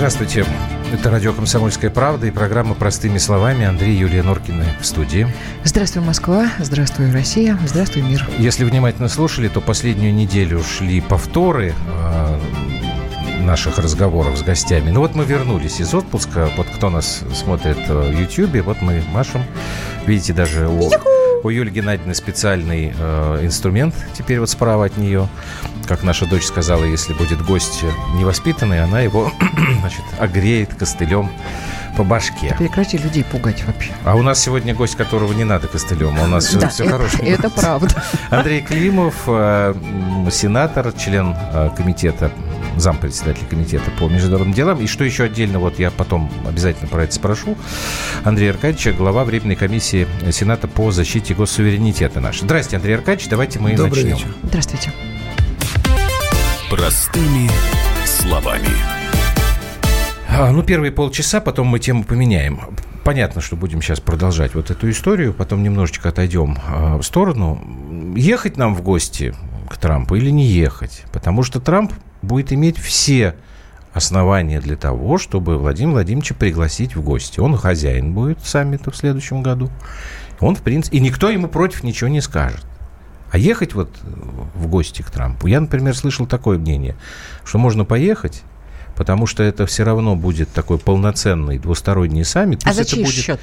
Здравствуйте. Это радио «Комсомольская правда» и программа «Простыми словами». Андрей, Юлия Норкины в студии. Здравствуй, Москва. Здравствуй, Россия. Здравствуй, мир. Если внимательно слушали, то последнюю неделю шли повторы наших разговоров с гостями. Ну вот мы вернулись из отпуска. Вот кто нас смотрит в Ютьюбе, вот мы машем. Видите, даже у Юлии Геннадьевны специальный инструмент теперь вот справа от нее. Как наша дочь сказала, если будет гость невоспитанный, она его, значит, огреет костылем по башке. Прекрати людей пугать вообще. А у нас сегодня гость, которого не надо костылем. У нас все хорошо. Это правда. Андрей Климов, сенатор, член комитета, зампредседателя комитета по международным делам. И что еще отдельно, вот я потом обязательно про это спрошу, Андрей Аркадьевич, глава Временной комиссии Сената по защите госсуверенитета наш. Здрасте, Андрей Аркадьевич, давайте мы Добрый начнем. вечер. Здравствуйте. Простыми словами. Ну, первые полчаса, потом мы тему поменяем. Понятно, что будем сейчас продолжать вот эту историю, потом немножечко отойдем в сторону. Ехать нам в гости к Трампу или не ехать? Потому что Трамп будет иметь все основания для того, чтобы Владимира Владимировича пригласить в гости. Он хозяин будет саммита в следующем году. Он, в принципе, и никто ему против ничего не скажет. А ехать вот в гости к Трампу, я, например, слышал такое мнение, что можно поехать, потому что это все равно будет такой полноценный двусторонний саммит. А за чей счет?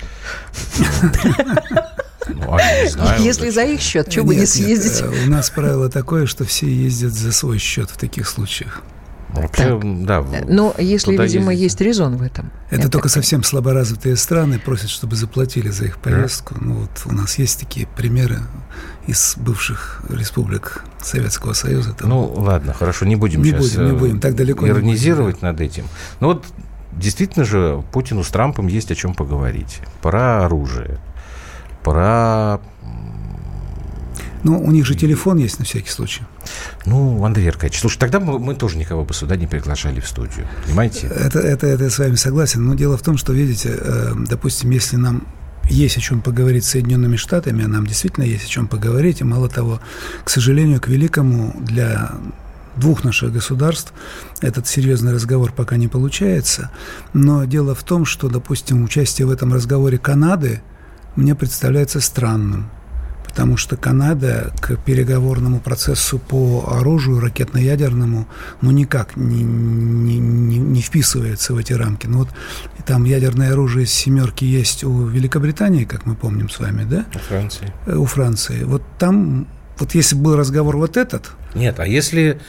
Не знаю. Если за их счет, чего бы не съездить? У нас правило такое, что все ездят за свой счет в таких случаях. Вообще, да. Но если, видимо, есть резон в этом. Это только совсем слаборазвитые страны просят, чтобы заплатили за их поездку. Ну, вот у нас есть такие примеры из бывших республик Советского Союза. Там. Ну, ладно, хорошо, не будем сейчас так далеко иронизировать над этим. Но вот действительно же Путину с Трампом есть о чем поговорить. Про оружие, про... Ну, у них же телефон есть на всякий случай. Ну, Андрей Аркадьевич, слушай, тогда мы тоже никого бы сюда не приглашали в студию, понимаете? Это я с вами согласен. Но дело в том, что, видите, допустим, если нам есть о чем поговорить с Соединенными Штатами, а нам действительно есть о чем поговорить, и мало того, к сожалению, к великому для двух наших государств этот серьезный разговор пока не получается. Но дело в том, что, допустим, участие в этом разговоре Канады мне представляется странным. Потому что Канада к переговорному процессу по оружию ракетно-ядерному никак не вписывается в эти рамки. Ну, вот там ядерное оружие с «семерки» есть у Великобритании, как мы помним с вами, да? У Франции. У Франции. Вот там, вот если был разговор вот этот... Нет, а если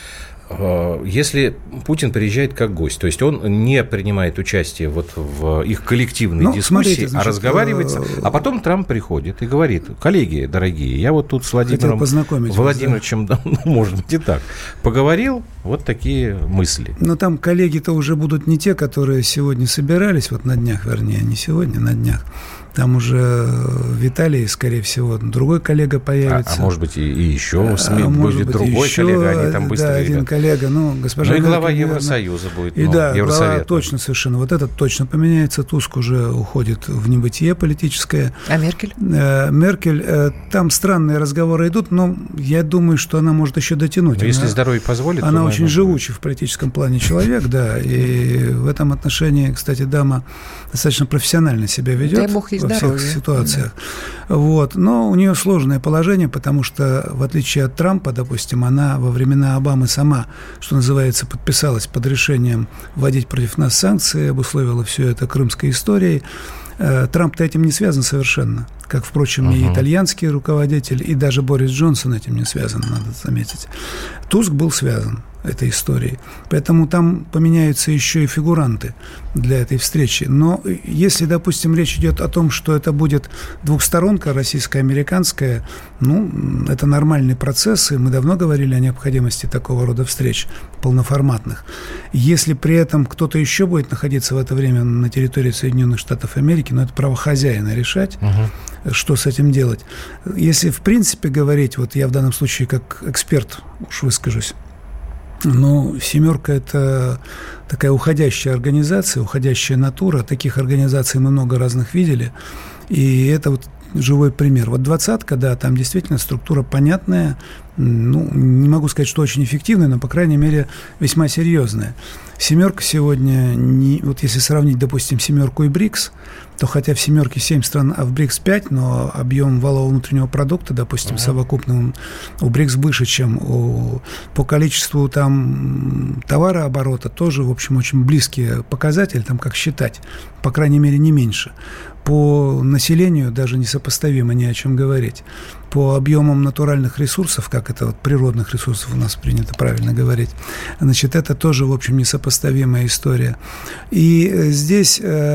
Путин приезжает как гость, то есть он не принимает участие вот в их коллективной дискуссии, значит, разговаривает, а потом Трамп приходит и говорит: коллеги дорогие, я вот тут с Владимиром Владимировичем, да? Может быть и так, поговорил, вот такие мысли. Но там коллеги-то уже будут не те, которые сегодня собирались, вот на днях, вернее, не сегодня, на днях. Там уже в Италии, скорее всего, другой коллега появится. А может быть, и еще будет другой коллега, они там быстро... Да, один коллега, госпожа... Ну, и глава Евросоюза будет, глава точно совершенно. Вот этот точно поменяется. Туск уже уходит в небытие политическое. А Меркель? Меркель, там странные разговоры идут, но я думаю, что она может еще дотянуть. Если здоровье позволит. Она очень живучий в политическом плане человек, да, и в этом отношении, кстати, дама достаточно профессионально себя ведет. Дай бог ей во всех ситуациях. Да. Вот. Но у нее сложное положение, потому что, в отличие от Трампа, допустим, она во времена Обамы сама, что называется, подписалась под решением вводить против нас санкции, обусловила все это крымской историей. Трамп-то этим не связан совершенно, как, впрочем, и итальянский руководитель, и даже Борис Джонсон этим не связан, надо заметить. Туск был связан этой историей. Поэтому там поменяются еще и фигуранты для этой встречи. Но если, допустим, речь идет о том, что это будет двухсторонка российско-американская, это нормальный процесс, и мы давно говорили о необходимости такого рода встреч полноформатных. Если при этом кто-то еще будет находиться в это время на территории Соединенных Штатов Америки, это право хозяина решать, что с этим делать. Если, в принципе, говорить, вот я в данном случае как эксперт уж выскажусь, «семерка» – это такая уходящая организация, уходящая натура. Таких организаций мы много разных видели. И это вот живой пример. Вот «двадцатка», да, там действительно структура понятная, не могу сказать, что очень эффективная, но, по крайней мере, весьма серьезная. «Семерка» сегодня, вот если сравнить, допустим, «семерку» и БРИКС, то хотя в «семерке» 7 стран, а в БРИКС 5, но объем валового внутреннего продукта, допустим, совокупным у БРИКС выше, чем по количеству там товарооборота, тоже, в общем, очень близкие показатели, там как считать, по крайней мере, не меньше. По населению даже несопоставимо, ни о чем говорить. По объемам натуральных ресурсов, как это вот природных ресурсов у нас принято правильно говорить, значит, это тоже, в общем, несопоставимая история. И здесь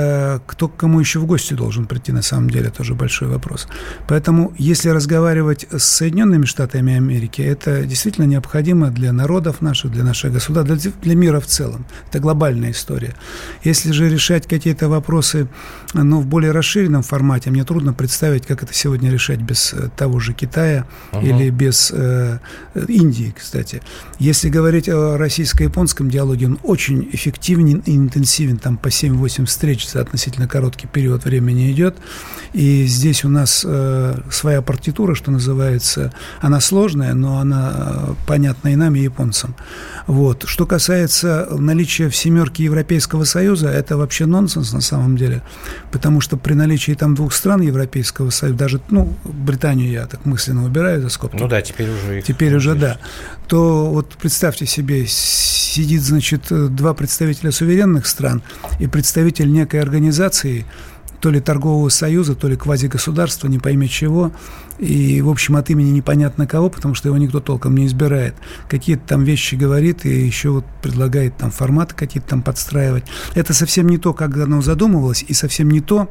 кто к кому еще в гости должен прийти, на самом деле, тоже большой вопрос. Поэтому, если разговаривать с Соединенными Штатами Америки, это действительно необходимо для народов наших, для наших государств, для мира в целом. Это глобальная история. Если же решать какие-то вопросы, в более расширенном формате, мне трудно представить, как это сегодня решать без того же Китая или без Индии, кстати. Если говорить о российско-японском диалоге, он очень эффективен и интенсивен, там по 7-8 встреч за относительно короткий период времени идет, и здесь у нас своя партитура, что называется, она сложная, но она понятна и нам, и японцам. Вот. Что касается наличия в «семерке» Европейского Союза, это вообще нонсенс на самом деле, потому что при наличии там 2 стран Европейского Союза, даже, Британию я так мысленно убираю за скобки. Теперь уже, да. То вот представьте себе, сидит, значит, 2 представителя суверенных стран и представитель некой организации, то ли торгового союза, то ли квазигосударства, не пойми чего, и, в общем, от имени непонятно кого, потому что его никто толком не избирает. Какие-то там вещи говорит и еще вот предлагает там форматы какие-то там подстраивать. Это совсем не то, как оно задумывалось, и совсем не то,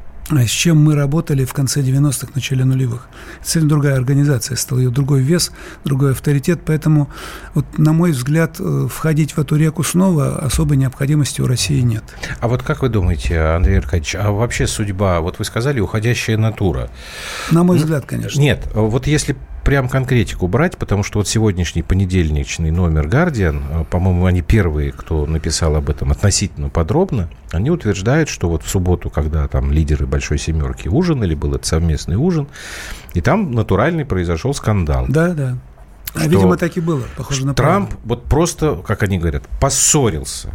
с чем мы работали в конце 90-х, начале нулевых. Это совсем другая организация, стал ее другой вес, другой авторитет, поэтому, вот, на мой взгляд, входить в эту реку снова особой необходимости у России нет. А вот как вы думаете, Андрей Аркадьевич, а вообще судьба, вот вы сказали, уходящая натура? На мой взгляд, конечно. Нет, вот если прям конкретику брать, потому что вот сегодняшний понедельничный номер «Гардиан», по-моему, они первые, кто написал об этом относительно подробно, они утверждают, что вот в субботу, когда там лидеры «Большой семерки» ужинали, был это совместный ужин, и там натуральный произошел скандал. Да. Видимо, так и было, похоже на правду. Трамп вот просто, как они говорят, поссорился.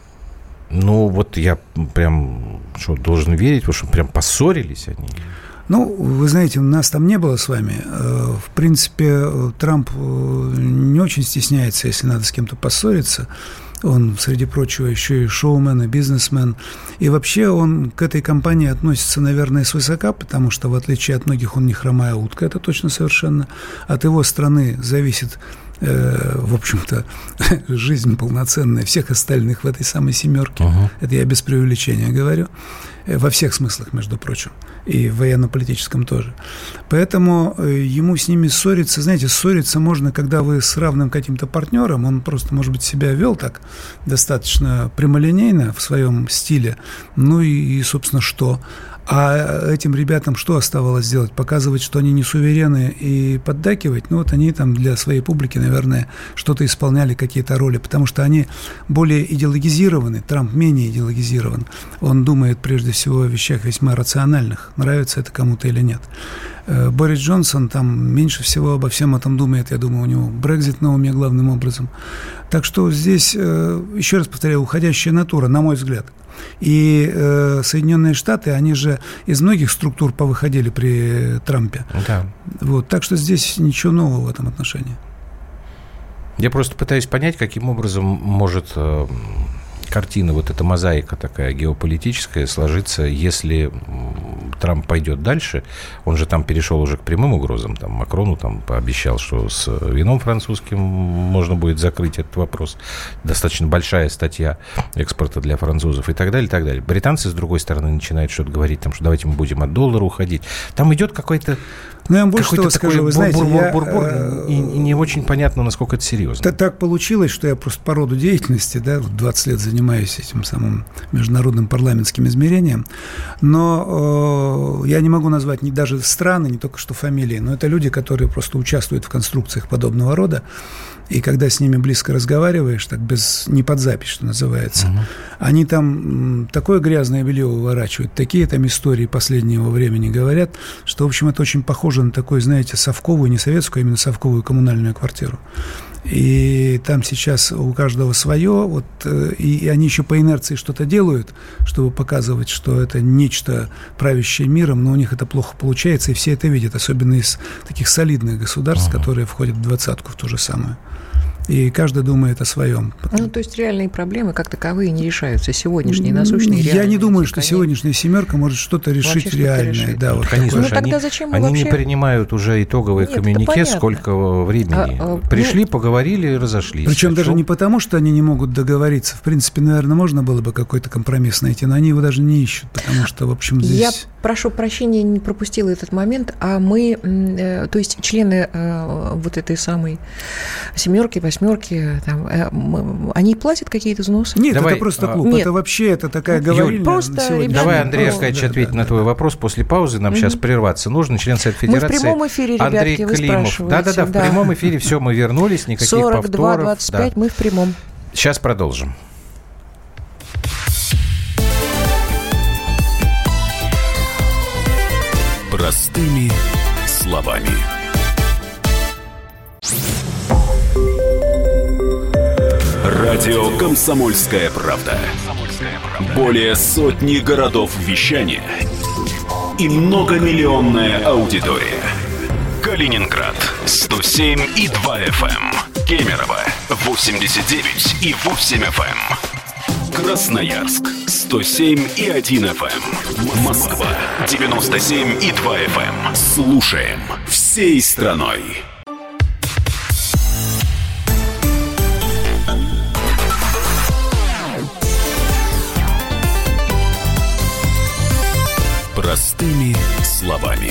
Вот я прям должен верить, потому что прям поссорились они. Вы знаете, нас там не было с вами. В принципе, Трамп не очень стесняется, если надо с кем-то поссориться. Он, среди прочего, еще и шоумен, и бизнесмен. И вообще он к этой кампании относится, наверное, свысока, потому что, в отличие от многих, он не хромая утка, это точно совершенно. От его страны зависит, в общем-то, жизнь полноценная всех остальных в этой самой «семерке». Это я без преувеличения говорю. Во всех смыслах, между прочим. И в военно-политическом тоже. Поэтому ему с ними ссориться, знаете, ссориться можно, когда вы с равным каким-то партнером, он просто, может быть, себя вел так достаточно прямолинейно в своем стиле, и собственно, что? А этим ребятам что оставалось делать? Показывать, что они не суверены и поддакивать? Они там для своей публики, наверное, что-то исполняли, какие-то роли, потому что они более идеологизированы, Трамп менее идеологизирован. Он думает, прежде всего, о вещах весьма рациональных, нравится это кому-то или нет. Борис Джонсон там меньше всего обо всем этом думает, я думаю, у него Брексит на уме главным образом. Так что здесь, еще раз повторяю, уходящая натура, на мой взгляд. И Соединенные Штаты, они же из многих структур повыходили при Трампе. Да. Так что здесь ничего нового в этом отношении. Я просто пытаюсь понять, каким образом может картина, вот эта мозаика такая геополитическая сложиться, если Трамп пойдет дальше. Он же там перешел уже к прямым угрозам. Там Макрону там пообещал, что с вином французским можно будет закрыть этот вопрос. Достаточно большая статья экспорта для французов и так далее, и так далее. Британцы, с другой стороны, начинают что-то говорить, что давайте мы будем от доллара уходить. Там идет какой-то... я вам больше того скажу, вы знаете, и не очень понятно, насколько это серьезно. Так получилось, что я просто по роду деятельности, 20 лет занимаюсь этим самым международным парламентским измерением, но я не могу назвать даже страны, не только что фамилии, но это люди, которые просто участвуют в конструкциях подобного рода. И когда с ними близко разговариваешь, так не под запись, что называется, они там такое грязное белье выворачивают, такие там истории последнего времени говорят, что, в общем, это очень похоже на такую, знаете, совковую, не советскую, а именно совковую коммунальную квартиру. И там сейчас у каждого свое, и они еще по инерции что-то делают, чтобы показывать, что это нечто правящее миром, но у них это плохо получается, и все это видят, особенно из таких солидных государств, которые входят в двадцатку, в ту же самую. И каждый думает о своем. То есть реальные проблемы как таковые не решаются, сегодняшние, насущные, реальные. Я не думаю, что сегодняшняя «семерка» может что-то решить реальное. Да, конечно, тогда зачем они не принимают уже итоговые коммюнике, сколько времени. Пришли, поговорили, разошлись. Причем даже не потому, что они не могут договориться. В принципе, наверное, можно было бы какой-то компромисс найти, но они его даже не ищут, потому что, в общем, здесь... Я прошу прощения, не пропустила этот момент, а мы, то есть члены вот этой самой «семерки», «восьмерки», там, они платят какие-то взносы? Нет, это просто клуб. Нет. Это вообще такая говорильня. Давай, Андрей Аркадьевич, ответит на твой вопрос после паузы. Нам сейчас прерваться нужно. Член Совета Федерации мы в прямом эфире, Андрей ребятки, Климов. Да, в прямом эфире все, мы вернулись, никаких повторов. 42-25, мы в прямом. Сейчас продолжим. Простыми словами. Радио «Комсомольская правда». Более сотни городов вещания и многомиллионная аудитория. Калининград 107,2 FM, Кемерово 89,8 FM, Красноярск 107,1 FM, Москва 97,2 FM. Слушаем всей страной. Простыми словами.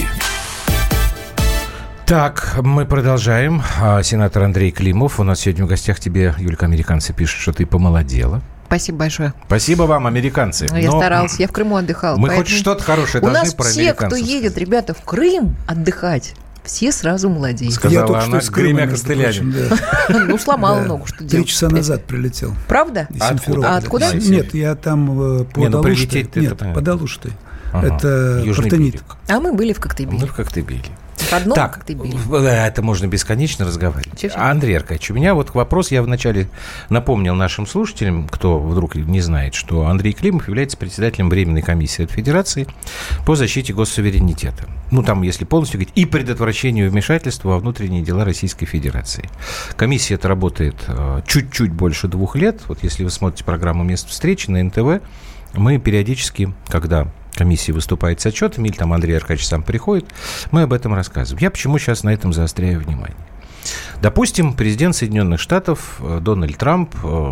Так, мы продолжаем. Сенатор Андрей Климов. У нас сегодня в гостях. Тебе, Юлька, американцы пишут, что ты помолодела. Спасибо большое. Спасибо вам, американцы. Я старалась, я в Крыму отдыхала. Мы хоть что-то хорошее должны про американцев. У нас все, кто едет, ребята, в Крым отдыхать, все сразу молодеют. Сказала она, гремя костылями. Ну, сломала ногу, что делать. 3 часа назад прилетел. Правда? А откуда? Нет, я там под Алуштой. Нет, под Алуштой. Это Партенит. А мы были в Коктебеле. Мы в Коктебеле. Так, это можно бесконечно разговаривать. Андрей Аркадьевич, у меня вопрос. Я вначале напомнил нашим слушателям, кто вдруг не знает, что Андрей Климов является председателем Временной комиссии от Федерации по защите госсуверенитета. Там, если полностью говорить, и предотвращению вмешательства во внутренние дела Российской Федерации. Комиссия эта работает чуть-чуть больше 2 лет. Если вы смотрите программу «Место встречи» на НТВ, мы периодически, когда комиссия выступает с отчетами, или там Андрей Аркадьевич сам приходит, мы об этом рассказываем. Я почему сейчас на этом заостряю внимание? Допустим, президент Соединенных Штатов Дональд Трамп,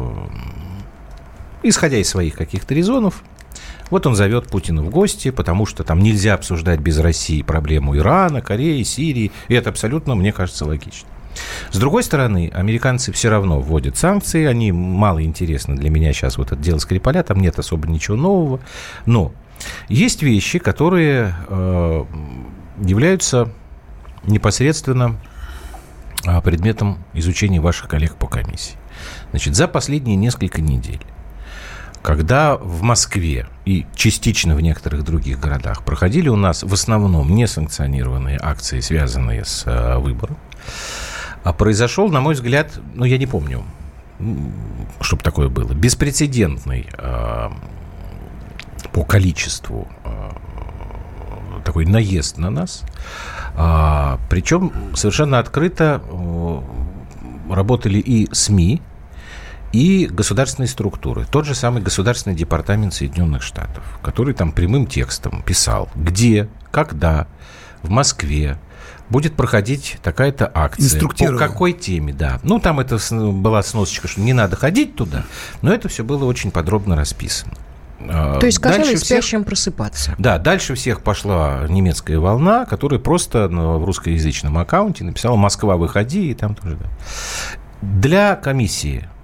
исходя из своих каких-то резонов, он зовет Путина в гости, потому что там нельзя обсуждать без России проблему Ирана, Кореи, Сирии, и это абсолютно, мне кажется, логично. С другой стороны, американцы все равно вводят санкции, они мало интересны для меня сейчас, это дело Скрипаля, там нет особо ничего нового, но есть вещи, которые являются непосредственно предметом изучения ваших коллег по комиссии. За последние несколько недель, когда в Москве и частично в некоторых других городах проходили у нас в основном несанкционированные акции, связанные с выбором, произошел, на мой взгляд, я не помню, чтобы такое было, беспрецедентный по количеству такой наезд на нас. Причем совершенно открыто работали и СМИ, и государственные структуры. Тот же самый Государственный департамент Соединенных Штатов, который там прямым текстом писал, где, когда, в Москве будет проходить такая-то акция. По какой теме, да. Там это была сносочка, что не надо ходить туда, но это все было очень подробно расписано. То есть сказали спящим просыпаться. Да, дальше всех пошла немецкая волна, которая просто в русскоязычном аккаунте написала «Москва, выходи», и там тоже, да. Для комиссии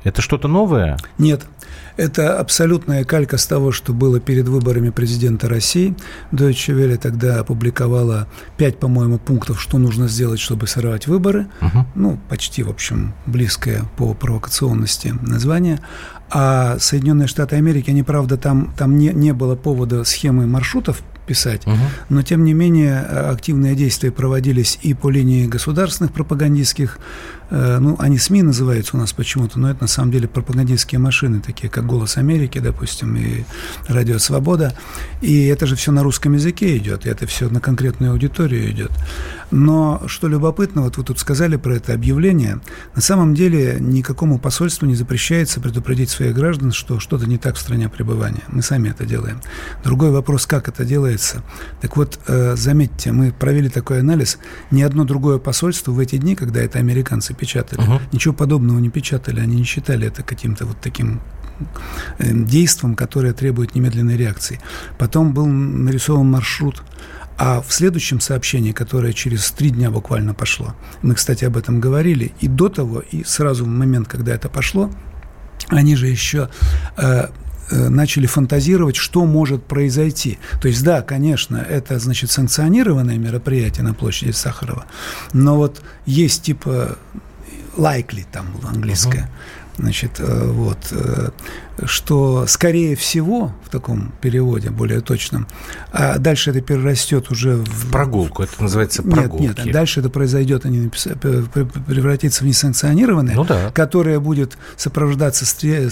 Это что-то новое? Нет. Это абсолютная калька с того, что было перед выборами президента России. Deutsche Welle тогда опубликовала 5, по-моему, пунктов, что нужно сделать, чтобы сорвать выборы. Почти, в общем, близкое по провокационности название. А Соединенные Штаты Америки, они, правда, там не было повода схемы маршрутов писать, но, тем не менее, активные действия проводились и по линии государственных пропагандистских, они СМИ называются у нас почему-то, но это на самом деле пропагандистские машины, такие как «Голос Америки», допустим, и «Радио Свобода», и это же все на русском языке идет, и это все на конкретную аудиторию идет. Но, что любопытно, вот вы тут сказали про это объявление, на самом деле никакому посольству не запрещается предупредить своих граждан, что что-то не так в стране пребывания. Мы сами это делаем. Другой вопрос, как это делается. Так вот, заметьте, мы провели такой анализ, ни одно другое посольство в эти дни, когда это американцы печатали, ничего подобного не печатали, они не считали это каким-то вот таким действом, которое требует немедленной реакции. Потом был нарисован маршрут. А в следующем сообщении, которое через 3 дня буквально пошло, мы, кстати, об этом говорили, и до того, и сразу в момент, когда это пошло, они же еще начали фантазировать, что может произойти. То есть, да, конечно, это, значит, санкционированное мероприятие на площади Сахарова, но вот есть типа likely, там было английское, значит, что, скорее всего, в таком переводе, более точном, а дальше это перерастет уже в прогулку, это называется прогулки. Нет, дальше это произойдет, превратится в несанкционированное, которое будет сопровождаться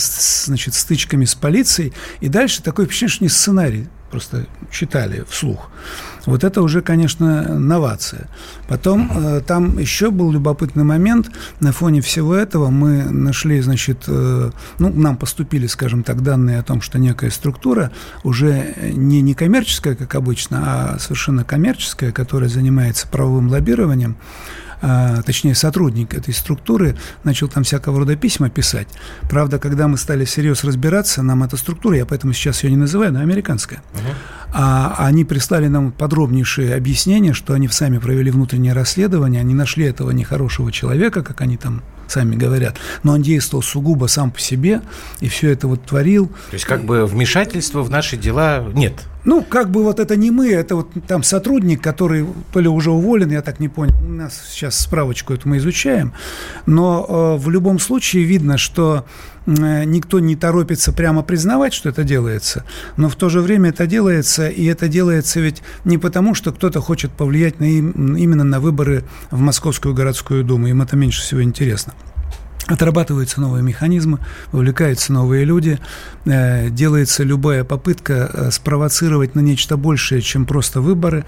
стычками с полицией, и дальше такое впечатление, что не сценарий, просто читали вслух. Вот это уже, конечно, новация. Потом там еще был любопытный момент. На фоне всего этого мы нашли, значит, нам поступили, скажем так, данные о том, что некая структура уже не коммерческая, как обычно, а совершенно коммерческая, которая занимается правовым лоббированием, точнее, сотрудник этой структуры начал там всякого рода письма писать. Правда, когда мы стали всерьез разбираться, нам эта структура, я поэтому сейчас ее не называю, но американская, они прислали нам подробнейшие объяснения, что они сами провели внутреннее расследование, они нашли этого нехорошего человека, как они там сами говорят, но он действовал сугубо сам по себе, и все это вот творил. То есть, как бы вмешательства в наши дела нет? Как бы вот это не мы, это вот там сотрудник, который то ли уже уволен, я так не понял, у нас сейчас справочку эту мы изучаем, но в любом случае видно, что никто не торопится прямо признавать, что это делается, но в то же время это делается, и это делается ведь не потому, что кто-то хочет повлиять именно на выборы в Московскую городскую думу, им это меньше всего интересно. Отрабатываются новые механизмы, вовлекаются новые люди, делается любая попытка спровоцировать на нечто большее, чем просто выборы.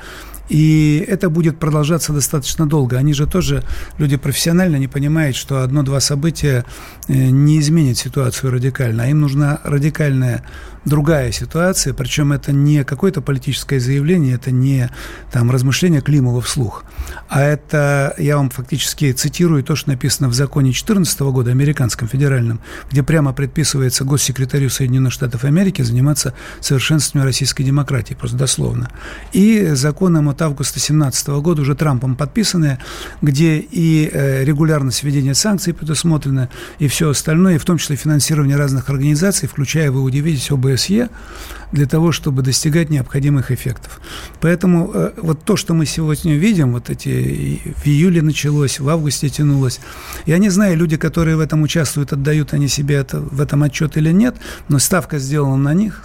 И это будет продолжаться достаточно долго. Они же тоже, люди профессионально, не понимают, что 1-2 события не изменят ситуацию радикально. А им нужна радикальная другая ситуация, причем это не какое-то политическое заявление, это не там размышление Климова вслух, а это, я вам фактически цитирую то, что написано в законе 2014 года, американском федеральном, где прямо предписывается госсекретарю Соединенных Штатов Америки заниматься совершенствованием российской демократии, просто дословно. И законом от августа 2017 года, уже Трампом подписанное, где и регулярность введения санкций предусмотрено, и все остальное, и в том числе финансирование разных организаций, включая, вы удивитесь, ОБСЕ, для того, чтобы достигать необходимых эффектов. Поэтому вот то, что мы сегодня видим, вот эти в июле началось, в августе тянулось, я не знаю, люди, которые в этом участвуют, отдают они себе в этом отчет или нет, но ставка сделана на них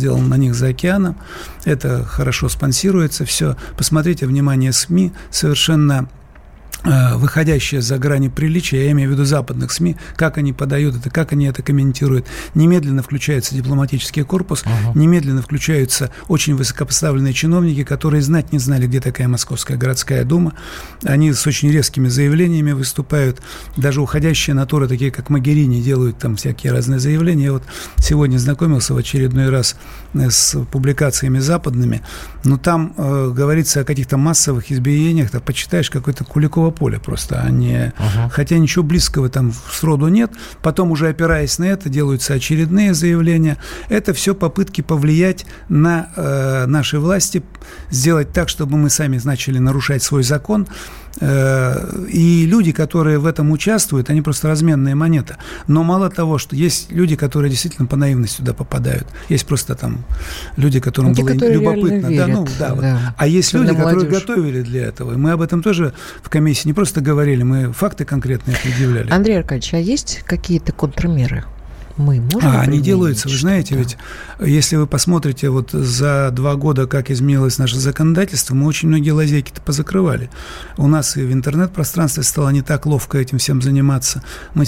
за океаном, это хорошо спонсируется, все. Посмотрите, внимание, СМИ совершенно выходящие за грани приличия, я имею в виду западных СМИ, как они подают это, как они это комментируют. Немедленно включается дипломатический корпус, немедленно включаются очень высокопоставленные чиновники, которые знать не знали, где такая Московская городская дума. Они с очень резкими заявлениями выступают. Даже уходящие натуры, такие как Могерини, делают там всякие разные заявления. Я вот сегодня знакомился в очередной раз с публикациями западными, но там говорится о каких-то массовых избиениях, там почитаешь какой-то Куликово поле просто, хотя ничего близкого там сроду нет. Потом, уже опираясь на это, делаются очередные заявления. Это все попытки повлиять на наши власти, сделать так, чтобы мы сами начали нарушать свой закон. И люди, которые в этом участвуют, они просто разменная монета. Но мало того, что есть люди, которые действительно по наивности туда попадают. Есть просто там люди, которым было любопытно. Верят, А есть люди, которые готовили для этого. И мы об этом тоже в комиссии не просто говорили, мы факты конкретные предъявляли. Андрей Аркадьевич, а есть какие-то контрмеры? Мы можем они делаются, вы знаете, ведь если вы посмотрите вот за 2 года, как изменилось наше законодательство, мы очень многие лазейки-то позакрывали. У нас и в интернет-пространстве стало не так ловко этим всем заниматься.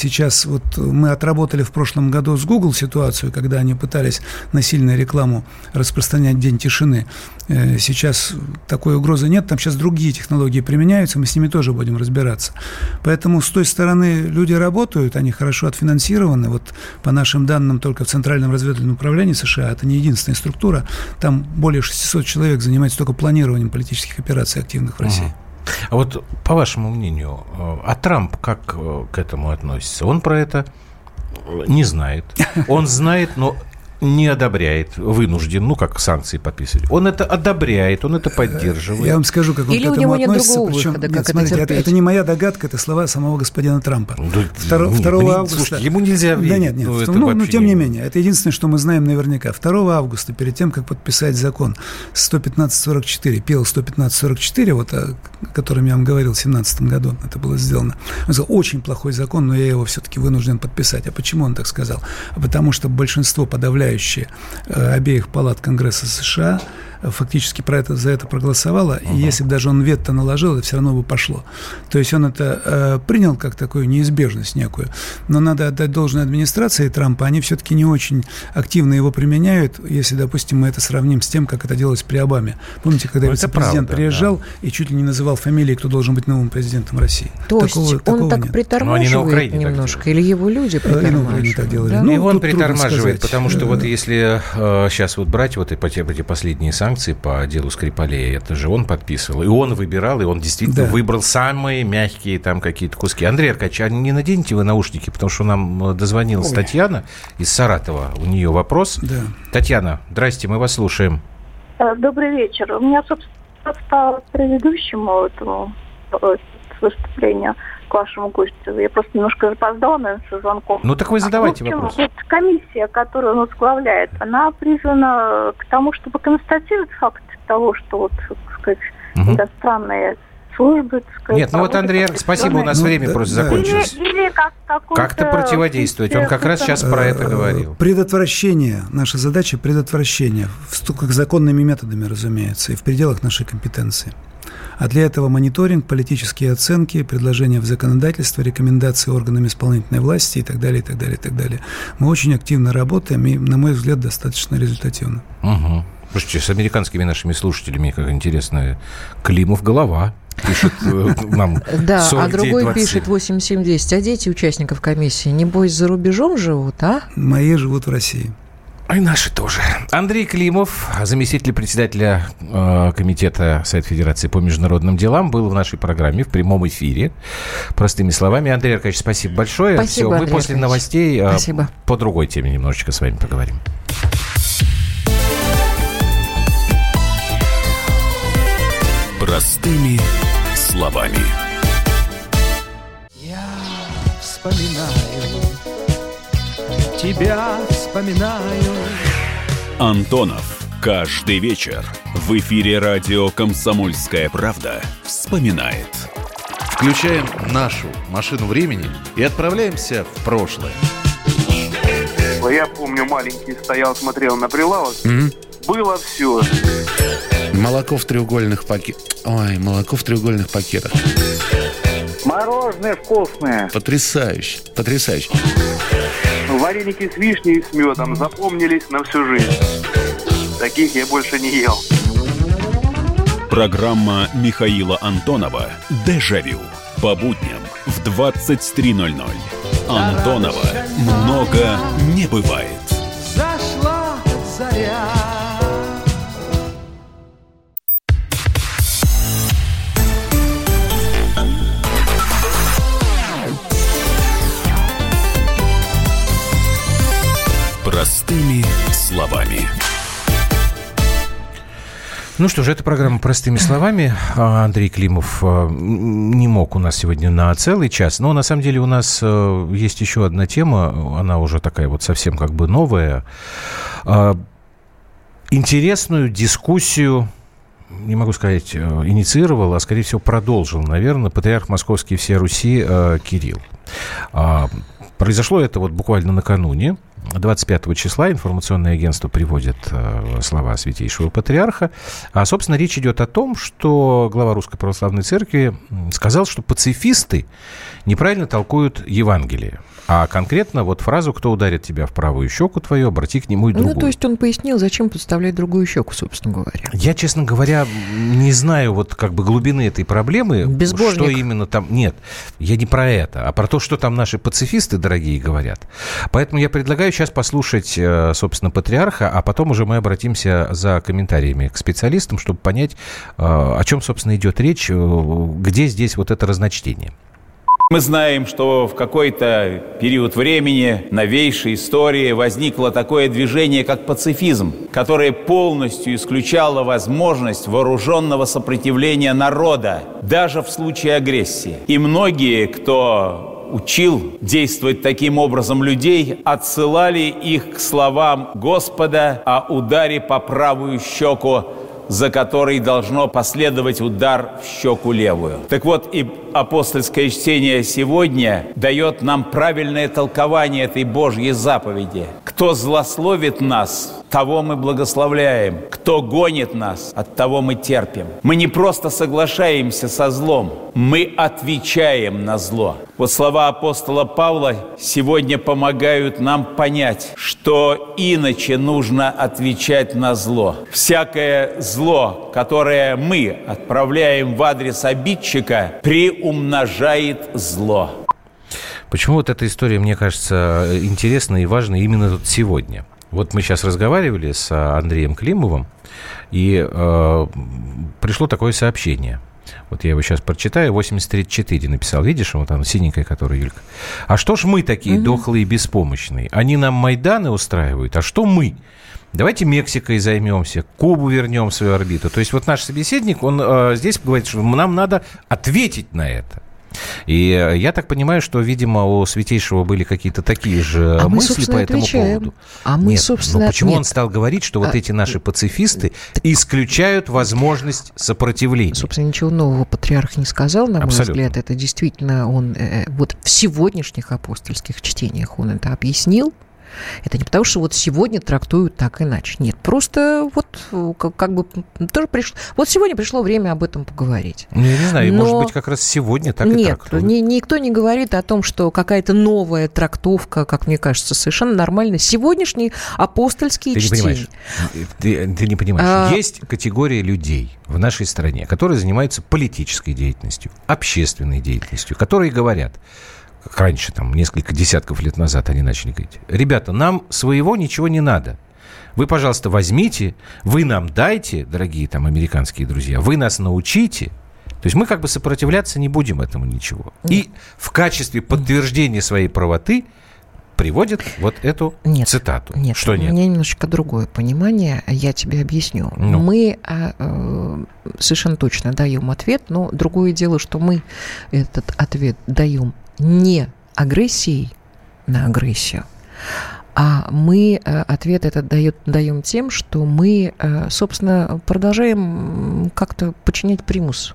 Мы отработали в прошлом году с Google ситуацию, когда они пытались насильно рекламу распространять в день тишины. Сейчас такой угрозы нет, там сейчас другие технологии применяются, мы с ними тоже будем разбираться. Поэтому с той стороны люди работают, они хорошо отфинансированы. Вот по нашим данным, только в Центральном разведывательном управлении США, это не единственная структура, там более 600 человек занимаются только планированием политических операций активных в России. А вот по вашему мнению, а Трамп как к этому относится? Он про это не знает. Он знает, но не одобряет, вынужден, как санкции подписывать. Он это одобряет, он это поддерживает. Я вам скажу, как он или к этому относится. Или у него нет другого выхода, как смотрите, это терпеть? Это не моя догадка, это слова самого господина Трампа. 2 августа... Слушайте, ему нельзя верить. Тем не менее, это единственное, что мы знаем наверняка. 2 августа, перед тем, как подписать закон 115.44, ПЛ 115.44, вот о котором я вам говорил в 2017 году, это было сделано. Он сказал, очень плохой закон, но я его все-таки вынужден подписать. А почему он так сказал? Потому что большинство подавляющее обеих палат Конгресса США фактически за это проголосовало, и если бы даже он вето наложил, это все равно бы пошло. То есть он это принял как такую неизбежность некую. Но надо отдать должное администрации Трампа, они все-таки не очень активно его применяют, если, допустим, мы это сравним с тем, как это делалось при Обаме. Помните, когда вице-президент приезжал и чуть ли не называл фамилии, кто должен быть новым президентом России? То есть он так нет. Притормаживает немножко, или его люди притормаживают? Так делали. Да? И он притормаживает, потому что вот если сейчас вот брать вот эти последние санкции по делу Скрипалей, это же он подписывал, и он выбирал, и он действительно выбрал самые мягкие там какие-то куски. Андрей Аркадьевич, а не наденете вы наушники, потому что нам дозвонилась Татьяна из Саратова, у нее вопрос. Да. Татьяна, здрасте, мы вас слушаем. Добрый вечер. У меня, собственно, по предыдущему этому выступлению к вашему гостю. Я просто немножко запоздала, наверное, со звонком. Ну, так вы задавайте вопрос. Вот комиссия, которую он возглавляет, она призвана к тому, чтобы констатировать факт того, что, вот, так сказать, иностранные службы, так сказать... Нет, Андрей, спасибо, у нас время просто закончилось. Или как-то противодействовать. Он как раз сейчас про это говорил. Предотвращение. Наша задача – предотвращение. Как законными методами, разумеется, и в пределах нашей компетенции. А для этого мониторинг, политические оценки, предложения в законодательство, рекомендации органам исполнительной власти и так далее, и так далее, и так далее. Мы очень активно работаем и, на мой взгляд, достаточно результативно. Угу. Слушайте, с американскими нашими слушателями, как интересно, Климов голова. Пишет нам 49, а другой пишет 8710. А дети участников комиссии, небось, за рубежом живут, а? Мои живут в России. И наши тоже. Андрей Климов, заместитель председателя комитета Совета Федерации по международным делам, был в нашей программе в прямом эфире. Простыми словами. Андрей Аркадьевич, спасибо большое. Спасибо, мы после новостей по другой теме немножечко с вами поговорим. Простыми словами. Я вспоминаю, тебя вспоминаю. Антонов. Каждый вечер в эфире радио «Комсомольская правда» вспоминает. Включаем нашу машину времени и отправляемся в прошлое. Я помню, маленький стоял, смотрел на прилавок. Было все. Молоко в треугольных пакетах. Ой, молоко в треугольных пакетах. Мороженое вкусное. Потрясающе, потрясающе. Вареники с вишней и с медом запомнились на всю жизнь. Таких я больше не ел. Программа Михаила Антонова «Дежавю». По будням в 23:00. Антонова много не бывает. Зашла заря. Простыми словами. Ну что же, это программа «Простыми словами». Андрей Климов не мог у нас сегодня на целый час, но на самом деле у нас есть еще одна тема, она уже такая вот совсем как бы новая. Интересную дискуссию, не могу сказать, инициировал, а, скорее всего, продолжил, наверное, патриарх Московский всей Руси Кирилл. Произошло это вот буквально накануне, 25 числа. Информационное агентство приводит слова Святейшего Патриарха. Собственно, речь идет о том, что глава Русской Православной Церкви сказал, что пацифисты неправильно толкуют Евангелие. А конкретно вот фразу «кто ударит тебя в правую щеку твою, обрати к нему и другую». Ну, то есть он пояснил, зачем подставлять другую щеку, собственно говоря. Я, честно говоря, не знаю вот как бы глубины этой проблемы. Безбожник. Что именно там... Нет, я не про это, а про то, что там наши пацифисты, дорогие, говорят. Поэтому я предлагаю сейчас послушать, собственно, патриарха, а потом уже мы обратимся за комментариями к специалистам, чтобы понять, о чем, собственно, идет речь, где здесь вот это разночтение. Мы знаем, что в какой-то период времени, новейшей истории, возникло такое движение, как пацифизм, которое полностью исключало возможность вооруженного сопротивления народа, даже в случае агрессии. И многие, кто учил действовать таким образом людей, отсылали их к словам Господа о ударе по правую щеку, за который должно последовать удар в щеку левую. Так вот, и апостольское чтение сегодня дает нам правильное толкование этой Божьей заповеди. Кто злословит нас, того мы благословляем. Кто гонит нас, от того мы терпим. Мы не просто соглашаемся со злом, мы отвечаем на зло. Вот слова апостола Павла сегодня помогают нам понять, что иначе нужно отвечать на зло. Всякое зло, которое мы отправляем в адрес обидчика, приумножает зло. Почему вот эта история, мне кажется, интересна и важна именно тут сегодня? Вот мы сейчас разговаривали с Андреем Климовым, и пришло такое сообщение. Вот я его сейчас прочитаю. 8034 написал. Видишь, вот там синенькая, которая, Юлька. А что ж мы такие дохлые и беспомощные? Они нам Майданы устраивают, а что мы? Давайте Мексикой займемся, Кубу вернем в свою орбиту. То есть вот наш собеседник, он здесь говорит, что нам надо ответить на это. И я так понимаю, что, видимо, у Святейшего были какие-то такие же мысли по этому поводу. Но почему он стал говорить, что вот эти наши пацифисты исключают возможность сопротивления? Собственно, ничего нового патриарх не сказал, на мой взгляд. Это действительно он вот в сегодняшних апостольских чтениях он это объяснил. Это не потому, что вот сегодня трактуют так иначе. Нет, просто вот как бы тоже пришло... Вот сегодня пришло время об этом поговорить. Я не знаю, может быть, как раз сегодня так и трактуют. Нет, никто не говорит о том, что какая-то новая трактовка, как мне кажется, совершенно нормально. Сегодняшние апостольские чтения. Ты не понимаешь. Есть категория людей в нашей стране, которые занимаются политической деятельностью, общественной деятельностью, которые говорят... Как раньше, там, несколько десятков лет назад они начали говорить: ребята, нам своего ничего не надо. Вы, пожалуйста, возьмите, вы нам дайте, дорогие там американские друзья, вы нас научите. То есть мы как бы сопротивляться не будем этому ничего. И в качестве подтверждения своей правоты приводит вот эту цитату. Нет, что нет? У меня немножечко другое понимание, я тебе объясню. Мы совершенно точно даем ответ, но другое дело, что мы этот ответ даем не агрессией на агрессию, а мы ответ этот даем тем, что мы, собственно, продолжаем как-то подчинять примус.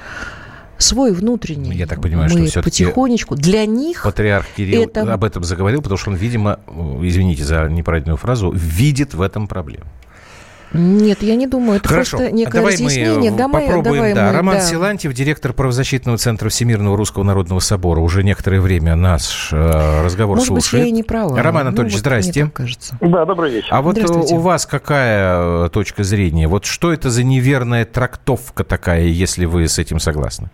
Свой внутренний. Я так понимаю, мы что потихонечку. Для них патриарх Кирилл об этом заговорил, потому что он, видимо, извините за неправильную фразу, видит в этом проблему. Нет, я не думаю. Это хорошо. Просто некое разъяснение. Попробуем. Роман Силантьев, директор правозащитного центра Всемирного Русского Народного Собора. Уже некоторое время наш разговор слушает. Может быть, я и не права. Роман Анатольевич, здрасте. Да, добрый вечер. А вот у вас какая точка зрения? Вот что это за неверная трактовка такая, если вы с этим согласны?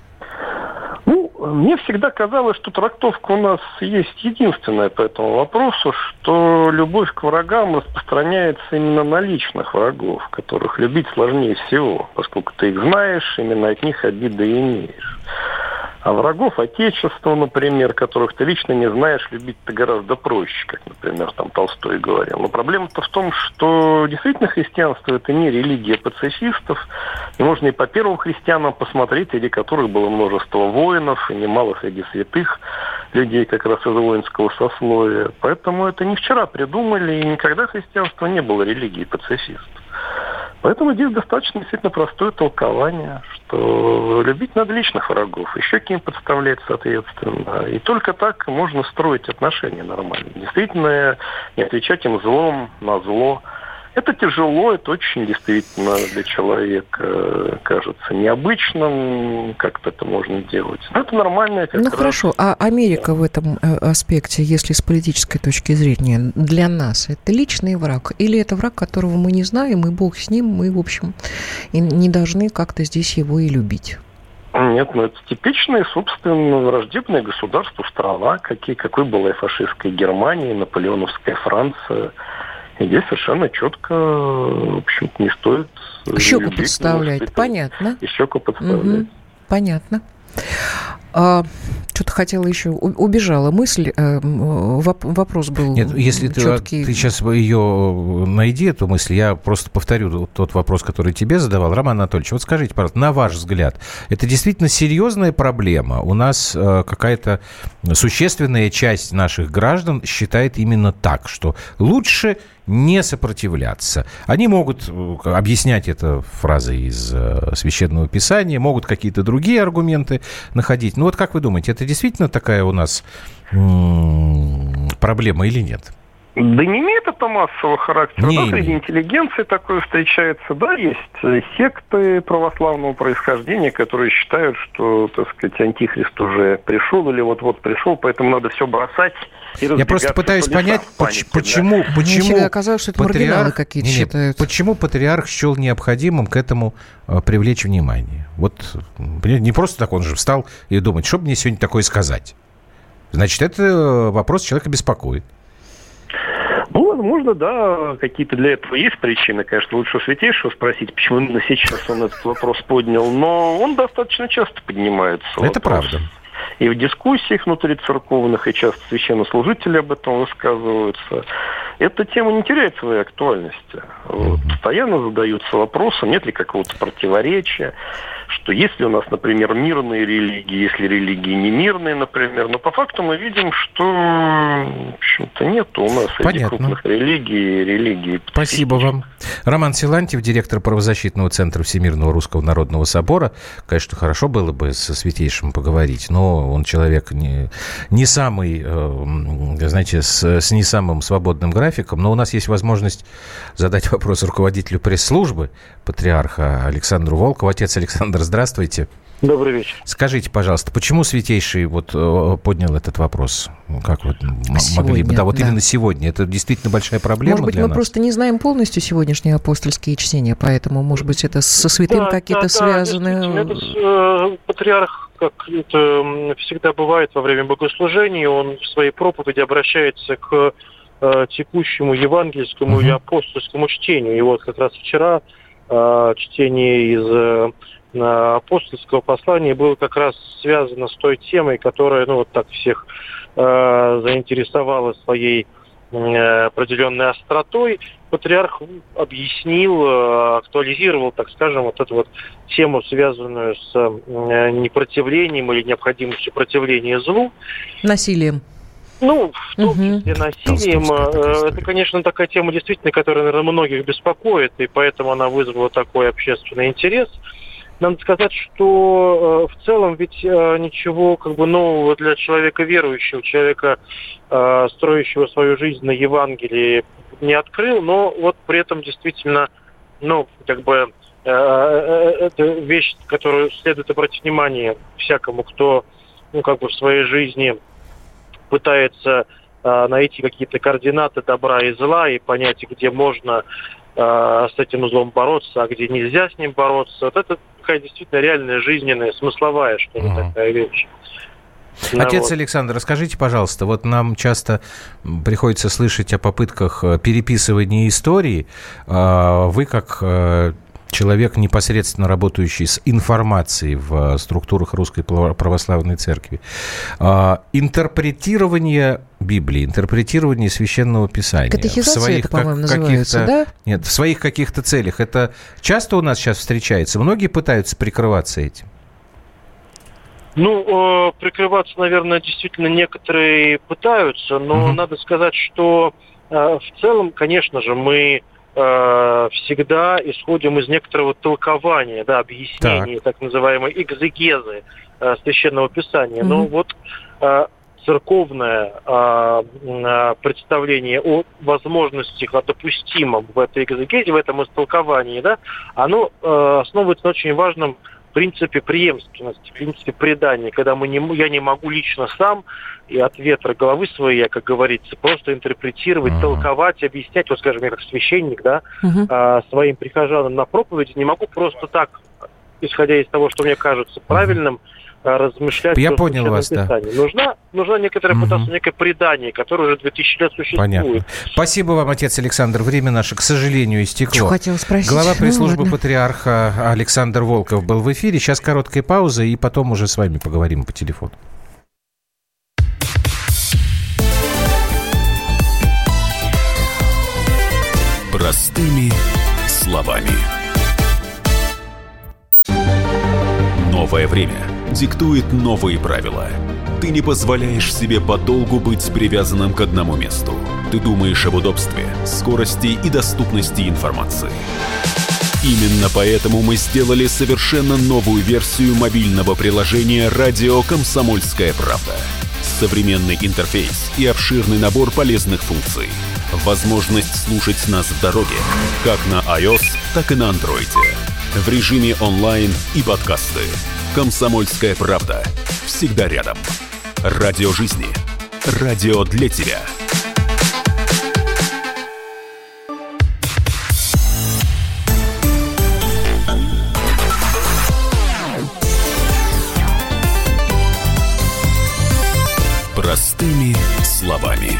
Мне всегда казалось, что трактовка у нас есть единственная по этому вопросу, что любовь к врагам распространяется именно на личных врагов, которых любить сложнее всего, поскольку ты их знаешь, именно от них обиды имеешь. А врагов Отечества, например, которых ты лично не знаешь, любить-то гораздо проще, как, например, там Толстой говорил. Но проблема-то в том, что действительно христианство – это не религия пацифистов. И можно и по первым христианам посмотреть, среди которых было множество воинов, и немало среди святых людей как раз из воинского сословия. Поэтому это не вчера придумали, и никогда христианство не было религией пацифистов. Поэтому здесь достаточно действительно простое толкование, что любить надо личных врагов, и щеки им подставлять соответственно. И только так можно строить отношения нормально. Действительно, не отвечать им злом на зло. Это тяжело, это очень действительно для человека кажется необычным, как-то это можно делать. Но это нормально. Ну хорошо, а Америка в этом аспекте, если с политической точки зрения, для нас это личный враг? Или это враг, которого мы не знаем, и Бог с ним, мы, в общем, и не должны как-то здесь его и любить? Нет, это типичное, собственно, враждебное государство, страна, какой была и фашистская Германия, и наполеоновская Франция. И здесь совершенно четко, в общем-то, не стоит щеку подставлять, понятно. И щеку подставлять. Угу. Понятно. Что-то хотела еще, убежала мысль, вопрос был. Нет, если ты сейчас ее найди, эту мысль, я просто повторю тот вопрос, который тебе задавал. Роман Анатольевич, вот скажите, пожалуйста, на ваш взгляд, это действительно серьезная проблема? У нас какая-то существенная часть наших граждан считает именно так, что лучше не сопротивляться. Они могут объяснять это фразой из Священного Писания, могут какие-то другие аргументы находить. Ну вот как вы думаете, это действительно такая у нас проблема или нет? Да не имеет это массового характера. Да, среди интеллигенции такое встречается. Да, есть секты православного происхождения, которые считают, что, так сказать, антихрист уже пришел или вот-вот пришел, поэтому надо все бросать и разбегаться. Я просто пытаюсь понять, почему оказалось, что это маргиналы какие-то считают. Почему патриарх счел необходимым к этому привлечь внимание? Вот не просто так он же встал и думает, что бы мне сегодня такое сказать. Значит, это вопрос человека беспокоит. Ну, возможно, да, какие-то для этого есть причины. Конечно, лучше у Святейшего спросить, почему именно сейчас он этот вопрос поднял. Но он достаточно часто поднимается. Это правда. И в дискуссиях внутрицерковных, и часто священнослужители об этом высказываются. Эта тема не теряет своей актуальности. Вот. Постоянно задаются вопросом, нет ли какого-то противоречия, что если у нас, например, мирные религии, если религии не мирные, например, но по факту мы видим, что, в общем-то, нет у нас этих крупных религий. Спасибо вам. Роман Силантьев, директор правозащитного центра Всемирного Русского Народного Собора. Конечно, хорошо было бы со Святейшим поговорить, но он человек не самый, знаете, с не самым свободным графиком, но у нас есть возможность задать вопрос руководителю пресс-службы патриарха Александру Волкову. Отец Александр, здравствуйте. Добрый вечер. Скажите, пожалуйста, почему Святейший поднял этот вопрос? Как вы могли бы? Да, именно сегодня. Это действительно большая проблема для нас. Может быть, мы просто не знаем полностью сегодняшние апостольские чтения, поэтому, может быть, это со святым какие-то связаны... Патриарх, как это всегда бывает во время богослужения, он в своей проповеди обращается к текущему евангельскому и апостольскому чтению. И вот как раз вчера чтение из апостольского послания было как раз связано с той темой, которая, вот так всех заинтересовала своей определенной остротой. Патриарх объяснил, актуализировал, так скажем, вот эту вот тему, связанную с непротивлением или необходимостью противления злу. Насилием. В том числе насилием. Это, конечно, такая тема, действительно, которая, наверное, многих беспокоит, и поэтому она вызвала такой общественный интерес. Надо сказать, что в целом ведь ничего нового для человека верующего, человека, строящего свою жизнь на Евангелии, не открыл, но вот при этом действительно, это вещь, которую следует обратить внимание всякому, кто, в своей жизни пытается найти какие-то координаты добра и зла и понять, где можно с этим злом бороться, а где нельзя с ним бороться. Вот это такая действительно реальная, жизненная, смысловая, что ли, такая вещь. Отец Александр, расскажите, пожалуйста, вот нам часто приходится слышать о попытках переписывания истории. Вы, как человек, непосредственно работающий с информацией в структурах Русской Православной Церкви. Интерпретирование Библии, интерпретирование Священного Писания. Катехизация это, по-моему, называется, да? Нет, в своих каких-то целях. Это часто у нас сейчас встречается? Многие пытаются прикрываться этим? Ну, прикрываться, наверное, действительно некоторые пытаются, но надо сказать, что в целом, конечно же, мы всегда исходим из некоторого толкования, да, объяснения, так называемой экзегезы Священного Писания. Но вот церковное представление о возможностях, о допустимом в этой экзегезе, в этом истолковании, да, оно основывается на очень важном принципе преемственности, принципе предания, когда я не могу лично сам и от ветра головы своей, как говорится, просто интерпретировать, толковать, объяснять, вот, скажем, я как священник, да, своим прихожанам на проповеди, не могу просто так, исходя из того, что мне кажется правильным, размышлять. Я понял вас, да. Нужна некоторая потом некое предание, которое уже 2000 лет существует. Понятно. Спасибо вам, отец Александр. Время наше, к сожалению, истекло. Что хотел спросить? Глава пресс-службы патриарха Александр Волков был в эфире. Сейчас короткая пауза, и потом уже с вами поговорим по телефону. Простыми словами. Новое время диктует новые правила. Ты не позволяешь себе подолгу быть привязанным к одному месту. Ты думаешь об удобстве, скорости и доступности информации. Именно поэтому мы сделали совершенно новую версию мобильного приложения «Радио Комсомольская правда». Современный интерфейс и обширный набор полезных функций. Возможность слушать нас в дороге, как на iOS, так и на Android. В режиме онлайн и подкасты. «Комсомольская правда». Всегда рядом. Радио жизни. Радио для тебя. Простыми словами.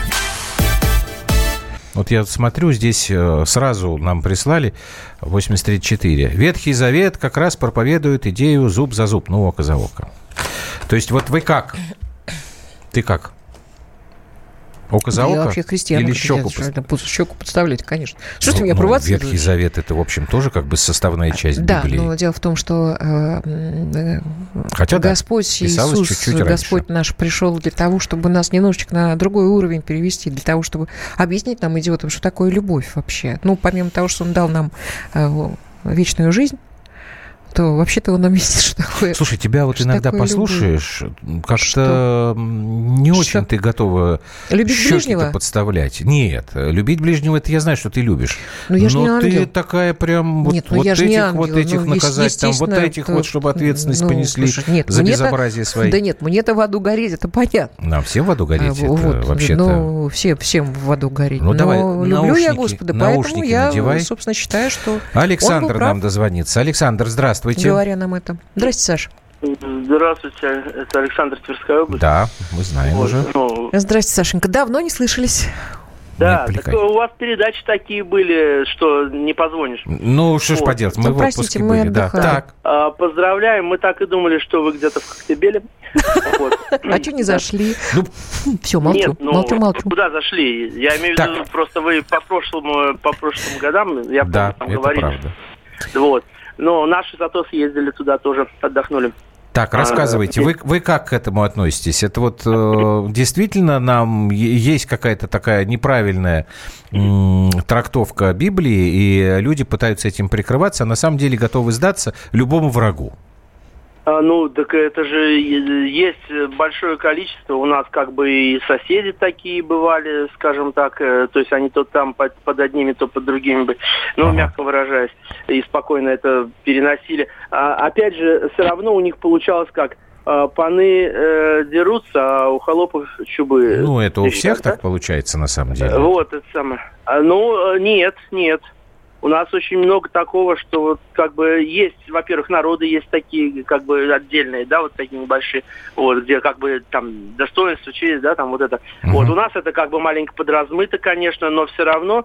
Вот я смотрю, здесь сразу нам прислали 83-4. Ветхий Завет как раз проповедует идею зуб за зуб, ну, око за око. То есть вот вы как? Ты как? Око за око? Я вообще христианка. Или щеку? Щеку подставлять, конечно. Что ты меня провоцируешь? Ветхий Завет – это, в общем, тоже как бы составная часть Библии. Да, но дело в том, что хотя, Господь Иисус, чуть-чуть Господь наш пришел для того, чтобы нас немножечко на другой уровень перевести, для того, чтобы объяснить нам, идиотам, что такое любовь вообще. Ну, помимо того, что Он дал нам вечную жизнь, то вообще-то он объяснит, что такое. Слушай, тебя вот иногда послушаешь, как-то не очень ты готова щеки-то подставлять. Нет, любить ближнего, это я знаю, что ты любишь. Но я же не ангел. Ты такая прям вот этих наказать, там вот этих вот, чтобы ответственность понесли за безобразие свои. Да нет, мне-то в аду гореть, это понятно. Нам всем в аду гореть, это вообще-то. Ну, всем в аду гореть. Но люблю я Господа, поэтому я, собственно, считаю, что Александр нам дозвонится. Александр, здравствуйте. Говоря нам это. Здрасте, Саша. Здравствуйте, это Александр, Тверская область. Да, мы знаем уже. Здрасте, Сашенька. Давно не слышались. Да, так у вас передачи такие были, что не позвонишь. Ну, что ж поделать, мы в отпуске были. Да. Так. Поздравляем, мы так и думали, что вы где-то в Коктебеле. А что не зашли? Все, молчу. Молчу. Куда зашли? Я имею в виду, просто вы по прошлым годам, я помню, там говорили. Вот. Но наши зато съездили туда тоже, отдохнули. Так, рассказывайте, вы как к этому относитесь? Это вот действительно нам есть какая-то такая неправильная трактовка Библии, и люди пытаются этим прикрываться, а на самом деле готовы сдаться любому врагу? Ну, так это же есть большое количество. У нас как бы и соседи такие бывали, скажем так. То есть они то там под одними, то под другими, ну, мягко выражаясь, и спокойно это переносили. Опять же, все равно у них получалось как? Паны дерутся, а у холопов чубы. Ну, это у всех так получается, на самом деле. Вот, это самое. Ну, нет. У нас очень много такого, что вот как бы есть, во-первых, народы есть такие как бы отдельные, да, вот такие небольшие, вот, где как бы там достоинство, честь, да, там вот это. Вот у нас это как бы маленько подразмыто, конечно, но все равно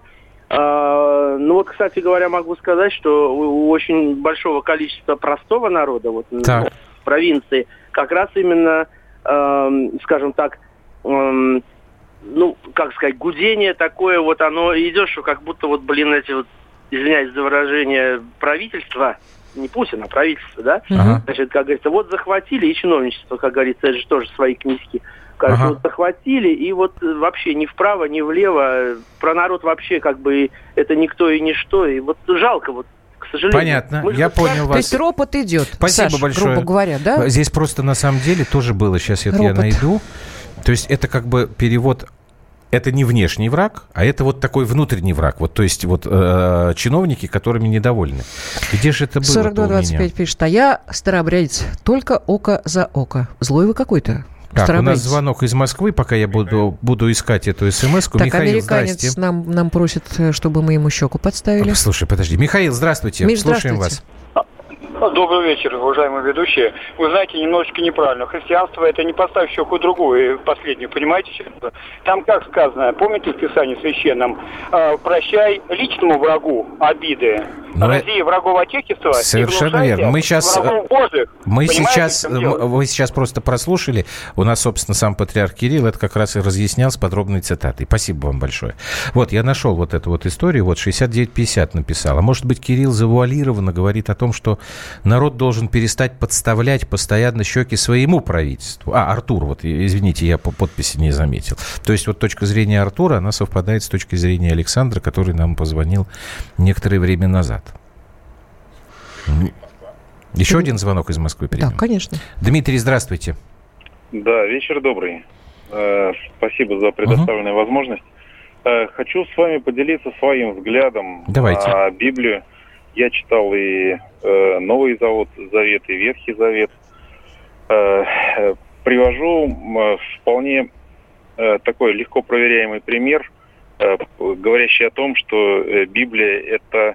Ну вот, кстати говоря, могу сказать, что у очень большого количества простого народа вот, в провинции как раз именно, скажем так, ну, как сказать, гудение такое вот, оно идет, что как будто вот, эти вот, извиняюсь за выражение, правительства, не Путин, а правительство, да? Значит, как говорится, вот захватили, и чиновничество, как говорится, это же тоже свои книжки. Кажется, вот захватили, и вот вообще ни вправо, ни влево, про народ вообще как бы это никто и ничто, и вот жалко, вот, к сожалению. Понятно, я понял вас. То есть ропот идет, Спасибо Саш, большое. грубо говоря, да? Здесь просто на самом деле тоже было, сейчас это я найду, то есть это как бы перевод... Это не внешний враг, а это вот такой внутренний враг. Вот, то есть вот чиновники, которыми недовольны. Где же это было? 42-25 пишет, а я старообрядец, только око за око. Злой вы какой-то. Так, у нас звонок из Москвы, пока я буду искать эту смс-ку. Так, Михаил, американец нам просит, чтобы мы ему щеку подставили. Слушай, подожди. Михаил, здравствуйте. Миш, слушаем вас. Добрый вечер, уважаемые ведущие. Вы знаете, немножечко неправильно. Христианство – это не поставь щеку другую, последнюю, понимаете? Там как сказано, помните в Писании Священном, прощай личному врагу обиды, рази врагов Отечества. Совершенно верно. Вы сейчас просто прослушали. У нас, собственно, сам патриарх Кирилл это как раз и разъяснял с подробной цитатой. Спасибо вам большое. Вот, я нашел вот эту вот историю. Вот, 6950 написал. А может быть, Кирилл завуалированно говорит о том, что народ должен перестать подставлять постоянно щеки своему правительству. Артур, вот, извините, я по подписи не заметил. То есть вот точка зрения Артура, она совпадает с точкой зрения Александра, который нам позвонил некоторое время назад. Еще один звонок из Москвы примем. Да, конечно. Дмитрий, здравствуйте. Да, вечер добрый. Спасибо за предоставленную возможность. Хочу с вами поделиться своим взглядом на Библию. Я читал и Новый Завет, и Ветхий Завет. Привожу вполне такой легко проверяемый пример, говорящий о том, что Библия – это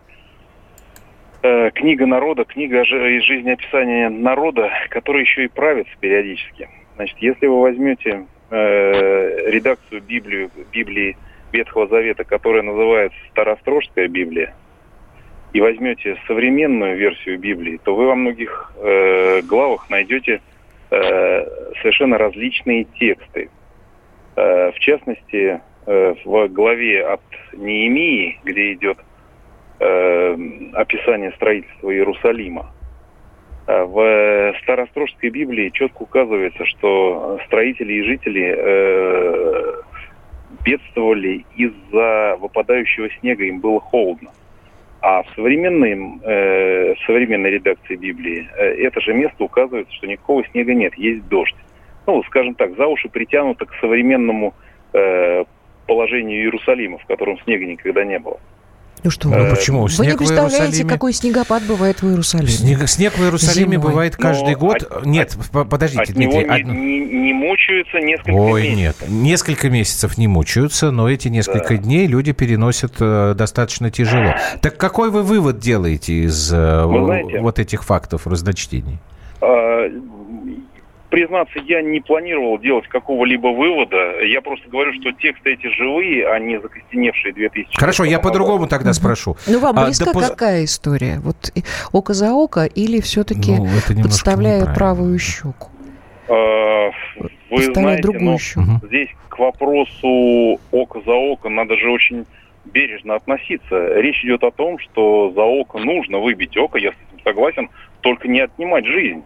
книга народа, книга из жизнеописания народа, который еще и правится периодически. Значит, если вы возьмете редакцию Библии Ветхого Завета, которая называется Староострожская Библия, и возьмете современную версию Библии, то вы во многих главах найдете совершенно различные тексты. В частности, в главе от Неемии, где идет описание строительства Иерусалима, в Староострожской Библии четко указывается, что строители и жители бедствовали из-за выпадающего снега, им было холодно. А в современной редакции Библии это же место указывает, что никакого снега нет, есть дождь. Ну, скажем так, за уши притянуто к современному положению Иерусалима, в котором снега никогда не было. Ну что, почему? Вы не представляете, какой снегопад бывает в Иерусалиме? Снег в Иерусалиме зимой бывает каждый год. Нет, подождите, Дмитрий. Не мучаются несколько месяцев. Нет, несколько месяцев не мучаются, но эти несколько дней люди переносят достаточно тяжело. Так какой вы вывод делаете из вот этих фактов, разночтений? Признаться, я не планировал делать какого-либо вывода. Я просто говорю, что тексты эти живые, а не закостеневшие 2000. Хорошо, я по-другому тогда спрошу. Ну, вам близка какая история? Вот око за око или все-таки подставляют правую щеку? Вы знаете, здесь к вопросу око за око надо же очень бережно относиться. Речь идет о том, что за око нужно выбить око, я с этим согласен, только не отнимать жизнь.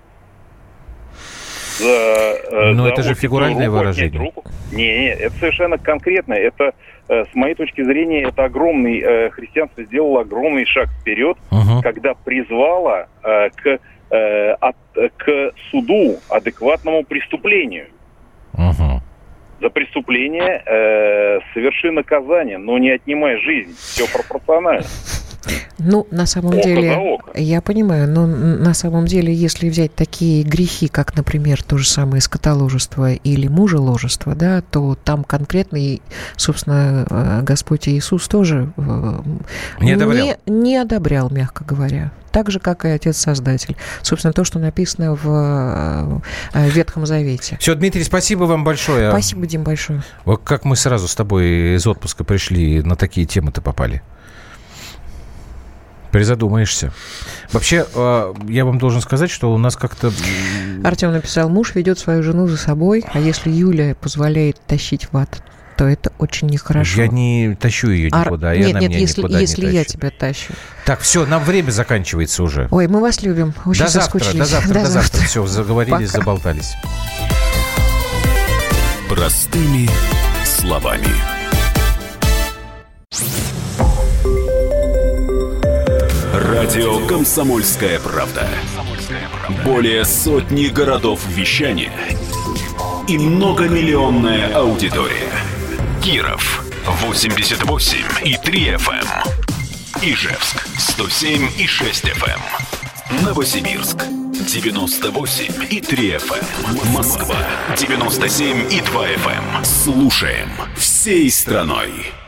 Но это же фигуральное выражение. Не, это совершенно конкретно. Это, с моей точки зрения, это огромный... христианство сделало огромный шаг вперед, когда призвало к суду адекватному преступлению. За преступление соверши наказание, но не отнимай жизнь. Все пропорционально. Ну, на самом деле, я понимаю, но на самом деле, если взять такие грехи, как, например, то же самое скотоложество или мужеложество, да, то там конкретно, собственно, Господь Иисус тоже не одобрял, мягко говоря. так же, как и Отец-Создатель. Собственно, то, что написано в Ветхом Завете. Все, Дмитрий, спасибо вам большое. Спасибо, Дим, большое. Вот как мы сразу с тобой из отпуска пришли, на такие темы-то попали. Призадумаешься. Вообще, я вам должен сказать, что у нас как-то... Артем написал: муж ведет свою жену за собой, а если Юля позволяет тащить в ад, то это очень нехорошо. Я не тащу ее никуда, и она меня никуда не тащит. Если я тебя тащу. Так, все, нам время заканчивается уже. Ой, мы вас любим. Очень соскучились. До завтра. Все, заговорились, пока. Заболтались. Простыми словами. Радио «Комсомольская правда». Более сотни городов вещания и многомиллионная аудитория. Киров 88,3 FM. Ижевск 107,6 FM. Новосибирск 98,3 FM. Москва 97,2 FM. Слушаем всей страной.